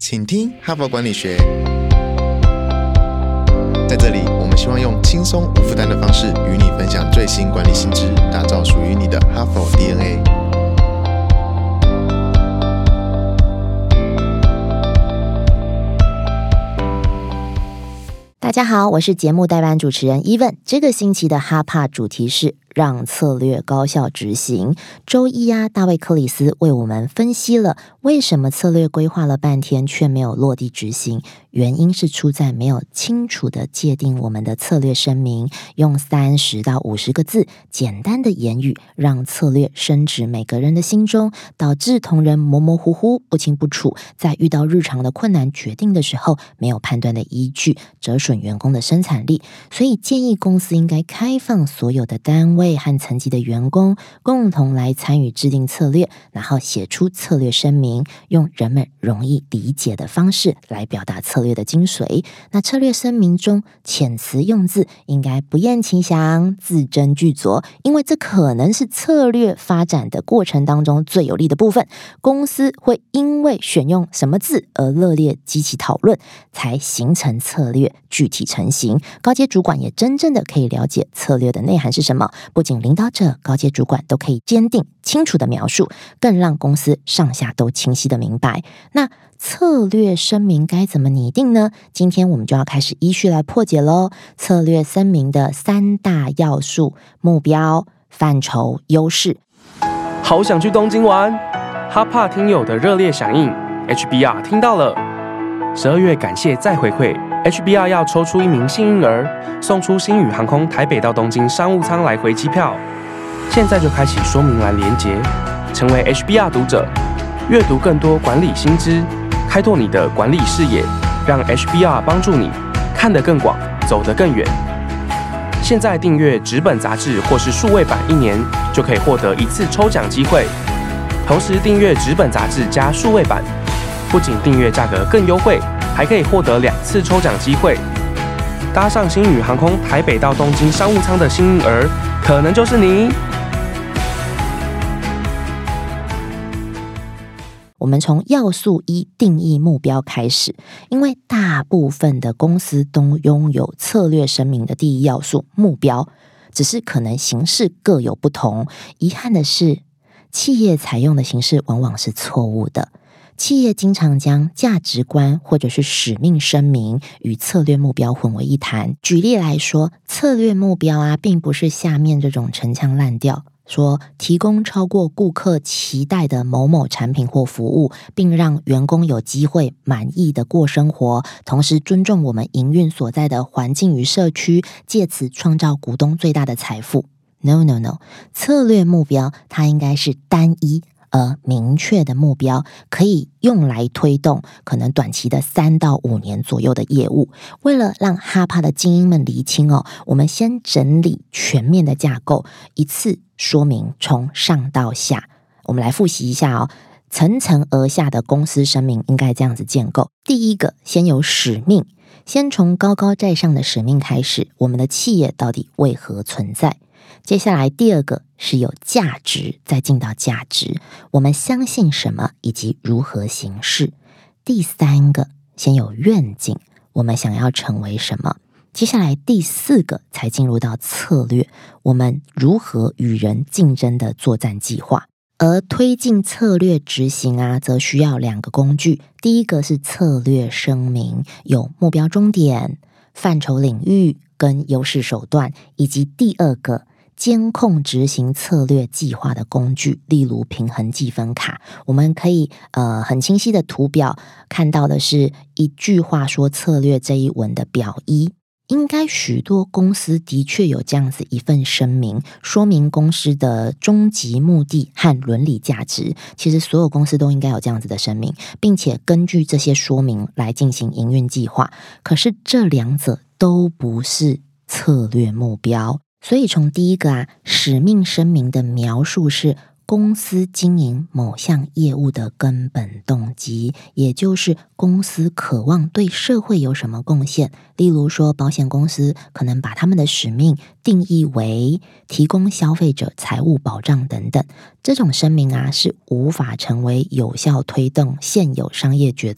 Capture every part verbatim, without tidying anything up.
请听哈佛管理学。在这里，我们希望用轻松无负担的方式与你分享最新管理新知，打造属于你的哈佛 D N A。 大家好，我是节目代班主持人 Even。 这个星期的哈帕主题是让策略高效执行。周一啊，大卫克里斯为我们分析了为什么策略规划了半天却没有落地执行，原因是出在没有清楚的界定我们的策略声明，用三十到五十个字简单的言语让策略深植每个人的心中，导致同仁模模糊糊不清不楚，在遇到日常的困难决定的时候没有判断的依据，折损员工的生产力。所以建议公司应该开放所有的单位和层级的员工共同来参与制定策略，然后写出策略声明，用人们容易理解的方式来表达策略的精髓。那策略声明中遣词用字应该不厌其详，字斟句酌，因为这可能是策略发展的过程当中最有利的部分。公司会因为选用什么字而热烈激起讨论，才形成策略具体成型。高阶主管也真正的可以了解策略的内涵是什么，不仅领导者、高阶主管都可以坚定清楚的描述，更让公司上下都清晰的明白。那策略声明该怎么拟定呢？今天我们就要开始依序来破解咯。策略声明的三大要素：目标、范畴、优势。 好想去东京玩，哈帕听友的热烈响应 ，H B R 听到了。十二月感谢再回馈 ，H B R 要抽出一名幸运儿，送出星宇航空台北到东京商务舱来回机票。现在就开启说明栏连结，成为 H B R 读者，阅读更多管理新知，开拓你的管理视野，让 H B R 帮助你看得更广，走得更远。现在订阅纸本杂志或是数位版一年，就可以获得一次抽奖机会。同时订阅纸本杂志加数位版，不仅订阅价格更优惠，还可以获得两次抽奖机会。搭上星宇航空台北到东京商务舱的幸运儿，可能就是你。 我们从要素一定义目标开始，因为大部分的公司都拥有策略声明的第一要素目标，只是可能形式各有不同。遗憾的是，企业采用的形式往往是错误的。企业经常将价值观或者是使命声明与策略目标混为一谈。举例来说，策略目标啊，并不是下面这种陈腔滥调，说提供超过顾客期待的某某产品或服务，并让员工有机会满意的过生活，同时尊重我们营运所在的环境与社区，借此创造股东最大的财富。No no no， 策略目标它应该是单一而明确的目标，可以用来推动可能短期的三到五年左右的业务。为了让哈帕的精英们厘清哦，我们先整理全面的架构，一次说明从上到下。我们来复习一下哦，层层而下的公司声明应该这样子建构。第一个，先有使命，先从高高在上的使命开始，我们的企业到底为何存在？接下来第二个是有价值，再进到价值，我们相信什么以及如何行事。第三个先有愿景，我们想要成为什么。接下来第四个才进入到策略，我们如何与人竞争的作战计划。而推进策略执行啊，则需要两个工具。第一个是策略声明，有目标终点、范畴领域跟优势手段，以及第二个监控执行策略计划的工具，例如平衡计分卡。我们可以呃很清晰的图表看到的是一句话说策略这一文的表一。应该许多公司的确有这样子一份声明，说明公司的终极目的和伦理价值。其实所有公司都应该有这样子的声明，并且根据这些说明来进行营运计划。可是这两者都不是策略目标。所以从第一个啊，使命声明的描述是公司经营某项业务的根本动机，也就是公司渴望对社会有什么贡献。例如说，保险公司可能把他们的使命定义为提供消费者财务保障等等。这种声明啊，是无法成为有效推动现有商业决策的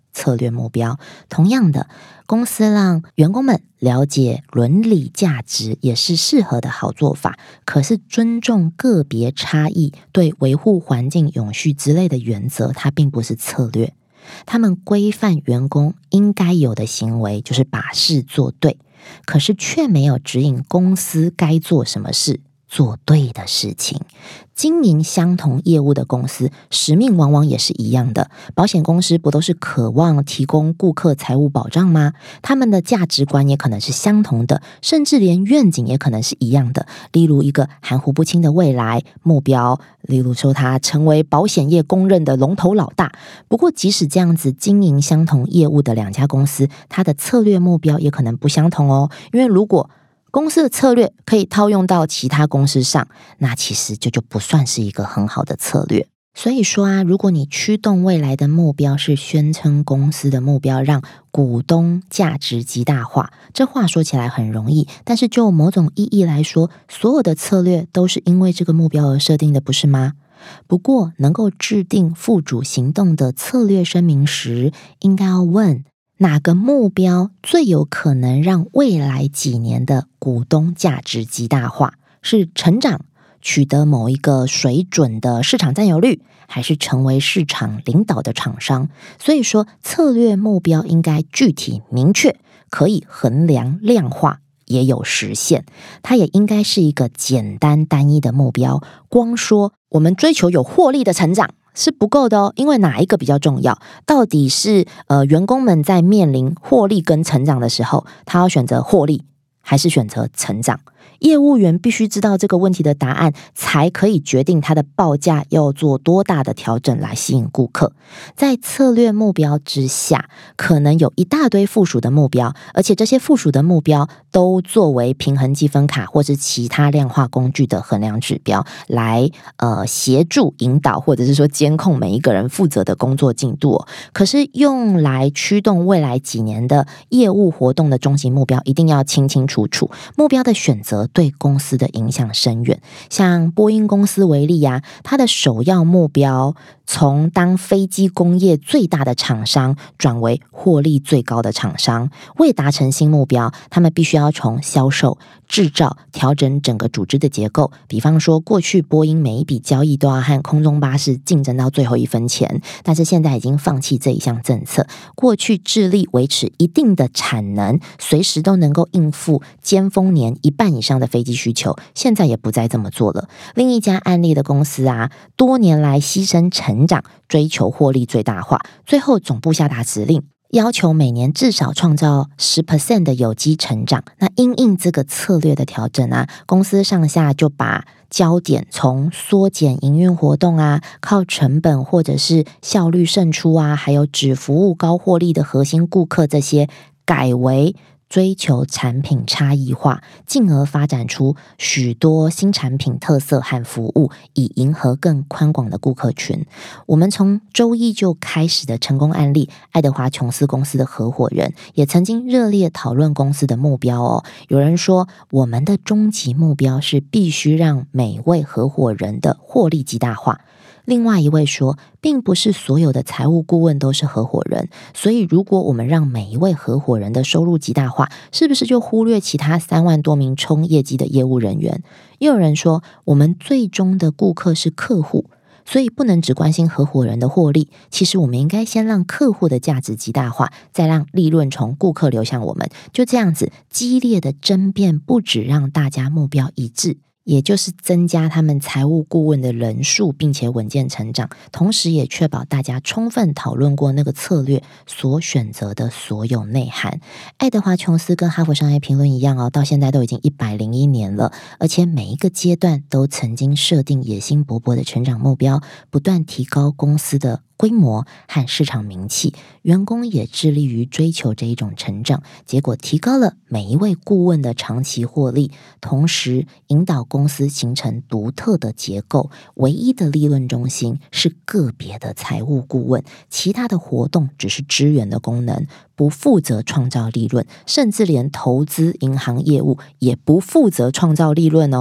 策略目标。同样的，公司让员工们了解伦理价值也是适合的好做法，可是尊重个别差异，对维护环境永续之类的原则，它并不是策略。他们规范员工应该有的行为，就是把事做对，可是却没有指引公司该做什么事，做对的事情。经营相同业务的公司，使命往往也是一样的。保险公司不都是渴望提供顾客财务保障吗？他们的价值观也可能是相同的，甚至连愿景也可能是一样的。例如一个含糊不清的未来目标，例如说他成为保险业公认的龙头老大。不过即使这样子经营相同业务的两家公司，它的策略目标也可能不相同哦。因为如果公司的策略可以套用到其他公司上，那其实这就不算是一个很好的策略。所以说啊，如果你驱动未来的目标是宣称公司的目标让股东价值极大化，这话说起来很容易，但是就某种意义来说，所有的策略都是因为这个目标而设定的，不是吗？不过能够制定付诸行动的策略声明时，应该要问哪个目标最有可能让未来几年的股东价值极大化？是成长，取得某一个水准的市场占有率，还是成为市场领导的厂商？所以说，策略目标应该具体明确，可以衡量量化，也有实现。它也应该是一个简单单一的目标，光说我们追求有获利的成长是不够的哦，因为哪一个比较重要？到底是呃员工们在面临获利跟成长的时候，他要选择获利还是选择成长？业务员必须知道这个问题的答案，才可以决定他的报价要做多大的调整来吸引顾客。在策略目标之下，可能有一大堆附属的目标，而且这些附属的目标都作为平衡积分卡或是其他量化工具的衡量指标，来呃协助引导或者是说监控每一个人负责的工作进度哦。可是用来驱动未来几年的业务活动的终极目标，一定要清清楚楚，目标的选择对公司的影响深远。像波音公司为例啊，它的首要目标从当飞机工业最大的厂商转为获利最高的厂商。为达成新目标，他们必须要从销售、制造调整整个组织的结构。比方说，过去波音每一笔交易都要和空中巴士竞争到最后一分钱，但是现在已经放弃这一项政策。过去致力维持一定的产能，随时都能够应付尖峰年一半以上的飞机需求，现在也不再这么做了。另一家案例的公司啊，多年来牺牲成长，追求获利最大化，最后总部下达指令，要求每年至少创造 百分之十 的有机成长。那因应这个策略的调整啊，公司上下就把焦点从缩减营运活动啊，靠成本或者是效率胜出啊，还有只服务高获利的核心顾客这些，改为追求产品差异化，进而发展出许多新产品特色和服务，以迎合更宽广的顾客群。我们从周一就开始的成功案例，爱德华琼斯公司的合伙人也曾经热烈讨论公司的目标哦。有人说，我们的终极目标是必须让每位合伙人的获利极大化。另外一位说，并不是所有的财务顾问都是合伙人，所以如果我们让每一位合伙人的收入极大化，是不是就忽略其他三万多名冲业绩的业务人员？又有人说，我们最终的顾客是客户，所以不能只关心合伙人的获利，其实我们应该先让客户的价值极大化，再让利润从顾客流向我们。就这样子激烈的争辩，不只让大家目标一致，也就是增加他们财务顾问的人数，并且稳健成长，同时也确保大家充分讨论过那个策略所选择的所有内涵。爱德华琼斯跟哈佛商业评论一样哦，到现在都已经一百零一年了，而且每一个阶段都曾经设定野心勃勃的成长目标，不断提高公司的规模和市场名气，员工也致力于追求这一种成长，结果提高了每一位顾问的长期获利，同时引导公司形成独特的结构，唯一的利润中心是个别的财务顾问，其他的活动只是支援的功能，不负责创造利润，甚至连投资银行业务也不负责创造利润哦。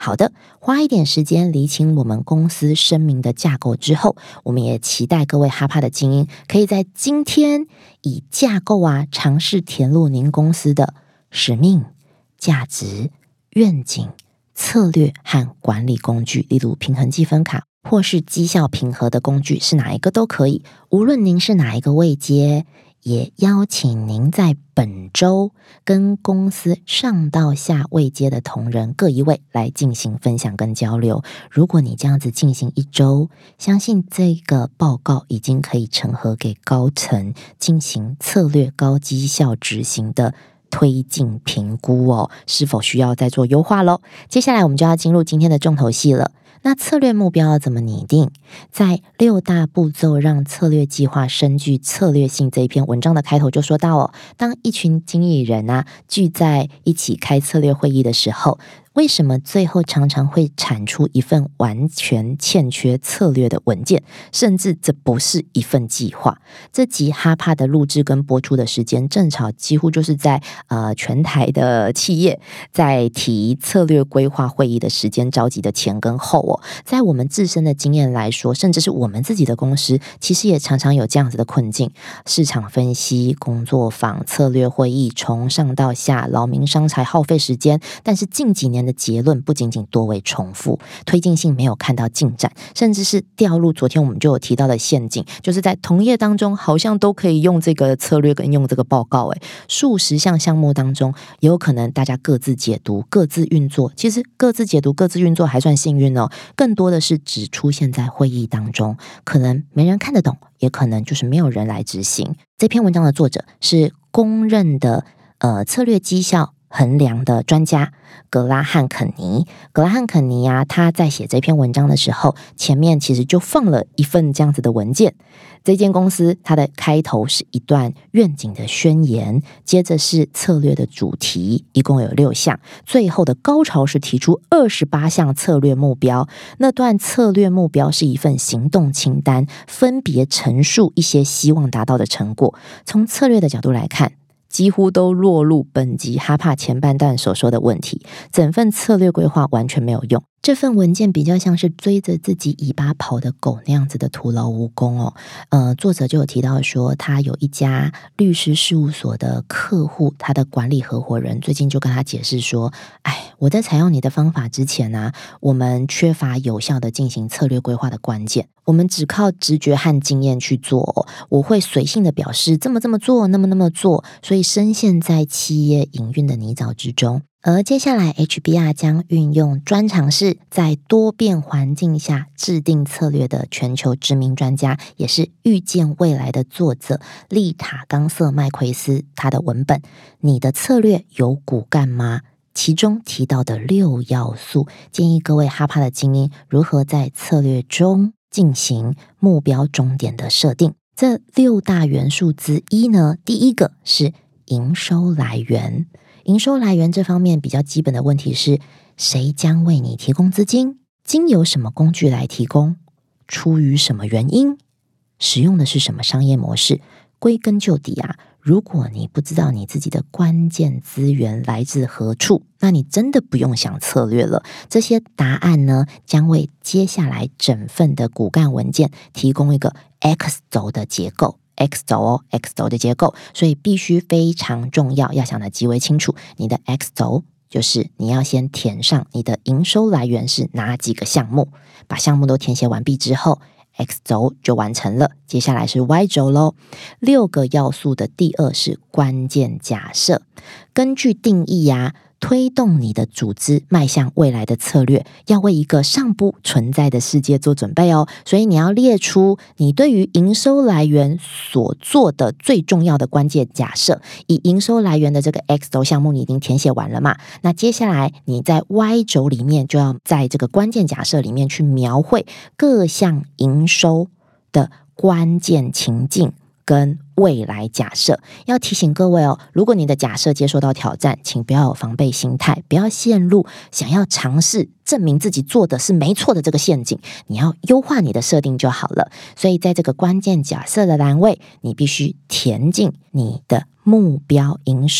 好的，花一点时间厘清我们公司声明的架构之后，我们也期待各位哈帕的精英可以在今天以架构啊尝试填入您公司的使命、价值、愿景、策略和管理工具，例如平衡计分卡或是绩效评核的工具，是哪一个都可以。无论您是哪一个位阶，也邀请您在本周跟公司上到下位阶的同仁各一位来进行分享跟交流。如果你这样子进行一周，相信这个报告已经可以呈核给高层进行策略高绩效执行的推进评估哦，是否需要再做优化咯？接下来我们就要进入今天的重头戏了。那策略目标要怎么拟定？在六大步骤让策略计划深具策略性这一篇文章的开头就说到哦，当一群经理人啊聚在一起开策略会议的时候，为什么最后常常会产出一份完全欠缺策略的文件，甚至这不是一份计划？这集哈帕的录制跟播出的时间正巧几乎就是在呃全台的企业在提策略规划会议的时间召集的前跟后哦。在我们自身的经验来说，甚至是我们自己的公司，其实也常常有这样子的困境。市场分析、工作坊、策略会议，从上到下，劳民伤财，耗费时间。但是近几年的结论不仅仅多为重复，推进性没有看到进展，甚至是掉入昨天我们就有提到的陷阱，就是在同业当中好像都可以用这个策略跟用这个报告，诶，数十项项目当中，也有可能大家各自解读、各自运作。其实各自解读、各自运作还算幸运哦，更多的是只出现在会议当中，可能没人看得懂，也可能就是没有人来执行。这篇文章的作者是公认的呃策略绩效衡量的专家格拉汉肯尼。格拉汉肯尼啊，他在写这篇文章的时候，前面其实就放了一份这样子的文件。这间公司它的开头是一段愿景的宣言，接着是策略的主题，一共有六项，最后的高潮是提出二十八项策略目标。那段策略目标是一份行动清单，分别陈述一些希望达到的成果。从策略的角度来看，几乎都落入本集哈帕前半段所说的问题，整份策略规划完全没有用。这份文件比较像是追着自己尾巴跑的狗那样子的徒劳无功哦。呃，作者就有提到说，他有一家律师事务所的客户，他的管理合伙人最近就跟他解释说，哎，我在采用你的方法之前啊，我们缺乏有效的进行策略规划的关键，我们只靠直觉和经验去做哦，我会随性的表示这么这么做，那么那么做，所以深陷在企业营运的泥沼之中。而接下来 H B R 将运用专长是在多变环境下制定策略的全球知名专家，也是预见未来的作者丽塔冈瑟麦奎斯，他的文本你的策略有骨干吗？其中提到的六要素，建议各位哈帕的精英如何在策略中进行目标终点的设定。这六大元素之一呢，第一个是营收来源。营收来源这方面比较基本的问题是，谁将为你提供资金？经由什么工具来提供？出于什么原因？使用的是什么商业模式？归根究底啊，如果你不知道你自己的关键资源来自何处，那你真的不用想策略了。这些答案呢，将为接下来整份的骨干文件提供一个 X 轴的结构。X 轴哦 ，X 轴的结构，所以必须非常重要，要想得极为清楚。你的 X 轴就是你要先填上你的营收来源是哪几个项目，把项目都填写完毕之后， X 轴就完成了。接下来是 Y 轴咯，六个要素的第二是关键假设。根据定义啊，推动你的组织迈向未来的策略，要为一个尚不存在的世界做准备哦。所以你要列出你对于营收来源所做的最重要的关键假设。以营收来源的这个 X 轴项目你已经填写完了嘛？那接下来你在 Y 轴里面就要在这个关键假设里面去描绘各项营收的关键情境跟未来假设。要提醒各位哦，如果你的假设接受到挑战，请不要有防备心态，不要陷入想要尝试证明自己做的是没错的这个陷阱，你要优化你的设定就好了。所以在这个关键假设的栏位，你必须填进你的目标营收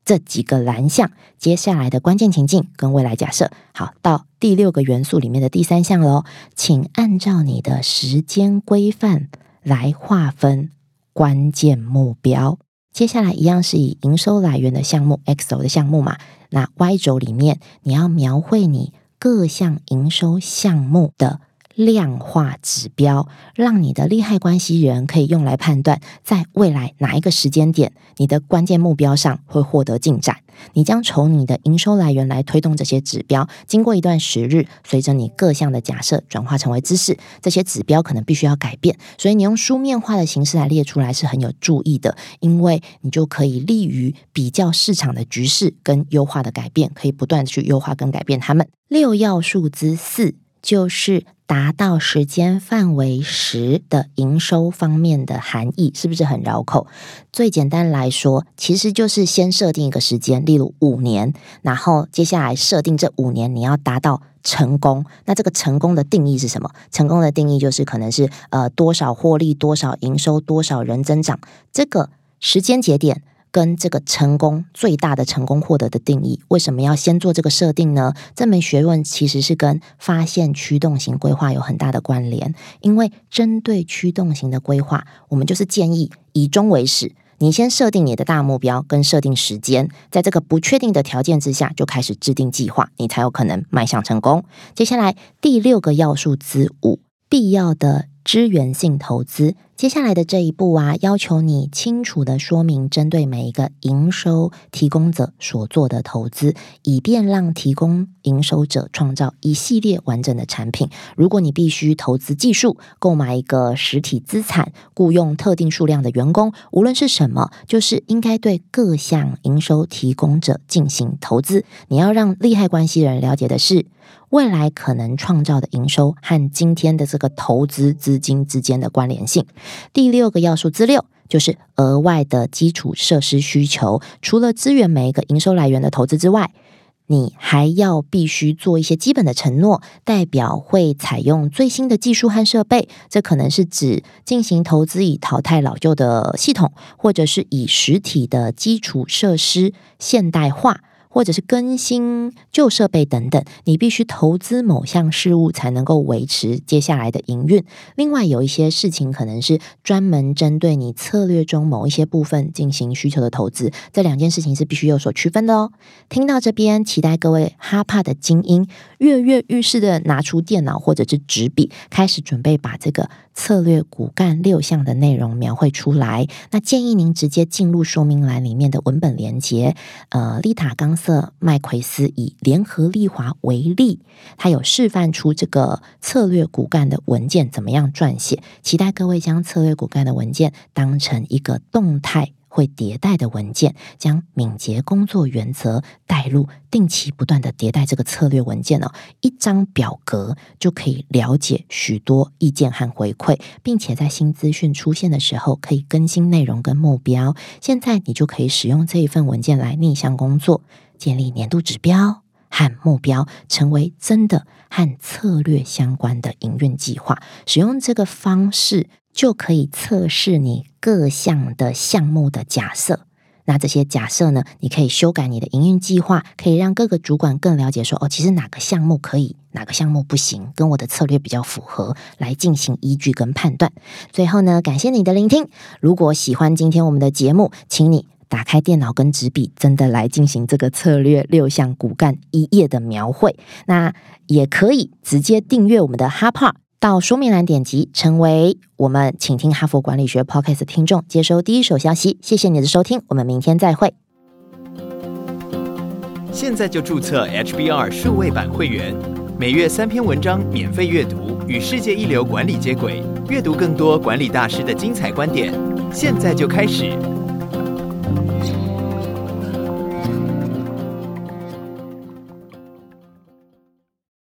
这几个栏项，接下来的关键情境跟未来假设。好，到第六个元素里面的第三项咯，请按照你的时间规范来划分关键目标。接下来一样是以营收来源的项目 X 轴的项目嘛，那 Y 轴里面你要描绘你各项营收项目的量化指标，让你的利害关系人可以用来判断在未来哪一个时间点你的关键目标上会获得进展。你将从你的营收来源来推动这些指标，经过一段时日，随着你各项的假设转化成为知识，这些指标可能必须要改变，所以你用书面化的形式来列出来是很有注意的，因为你就可以利于比较市场的局势跟优化的改变，可以不断的去优化跟改变它们。六要数之四就是达到时间范围时的营收方面的含义，是不是很绕口？最简单来说，其实就是先设定一个时间，例如五年，然后接下来设定这五年你要达到成功。那这个成功的定义是什么？成功的定义就是可能是呃多少获利、多少营收、多少人增长，这个时间节点跟这个成功最大的成功获得的定义，为什么要先做这个设定呢？这门学问其实是跟发现驱动型规划有很大的关联，因为针对驱动型的规划，我们就是建议以终为始，你先设定你的大目标跟设定时间，在这个不确定的条件之下就开始制定计划，你才有可能迈向成功。接下来第六个要素之五，必要的支援性投资。接下来的这一步啊，要求你清楚的说明针对每一个营收提供者所做的投资，以便让提供营收者创造一系列完整的产品。如果你必须投资技术，购买一个实体资产，雇用特定数量的员工，无论是什么，就是应该对各项营收提供者进行投资。你要让利害关系人了解的是，未来可能创造的营收和今天的这个投资资金之间的关联性。第六个要素之六就是额外的基础设施需求，除了支援每一个营收来源的投资之外，你还要必须做一些基本的承诺，代表会采用最新的技术和设备，这可能是指进行投资以淘汰老旧的系统，或者是以实体的基础设施现代化，或者是更新旧设备等等，你必须投资某项事物才能够维持接下来的营运。另外有一些事情可能是专门针对你策略中某一些部分进行需求的投资，这两件事情是必须有所区分的哦。听到这边，期待各位哈帕的精英跃跃欲试的拿出电脑或者是纸笔，开始准备把这个策略骨干六项的内容描绘出来。那建议您直接进入说明栏里面的文本连结，呃，丽塔冈瑟麦奎斯以联合利华为例，他有示范出这个策略骨干的文件怎么样撰写。期待各位将策略骨干的文件当成一个动态会迭代的文件，将敏捷工作原则带入，定期不断的迭代这个策略文件哦。一张表格就可以了解许多意见和回馈，并且在新资讯出现的时候可以更新内容跟目标。现在你就可以使用这一份文件来逆向工作，建立年度指标和目标，成为真的和策略相关的营运计划。使用这个方式就可以测试你各项的项目的假设。那这些假设呢，你可以修改你的营运计划，可以让各个主管更了解说，哦，其实哪个项目可以，哪个项目不行，跟我的策略比较符合，来进行依据跟判断。最后呢，感谢你的聆听。如果喜欢今天我们的节目，请你打开电脑跟纸笔，真的来进行这个策略六项骨干一页的描绘。那也可以直接订阅我们的哈帕，到说明栏点击成为我们请听哈佛管理学 Podcast 的听众，接收第一手消息。谢谢你的收听，我们明天再会。 现在就注册 H B R 数位版会员，每月三篇文章免费阅读，与世界一流管理接轨，阅读更多管理大师的精彩观点。现在就开始。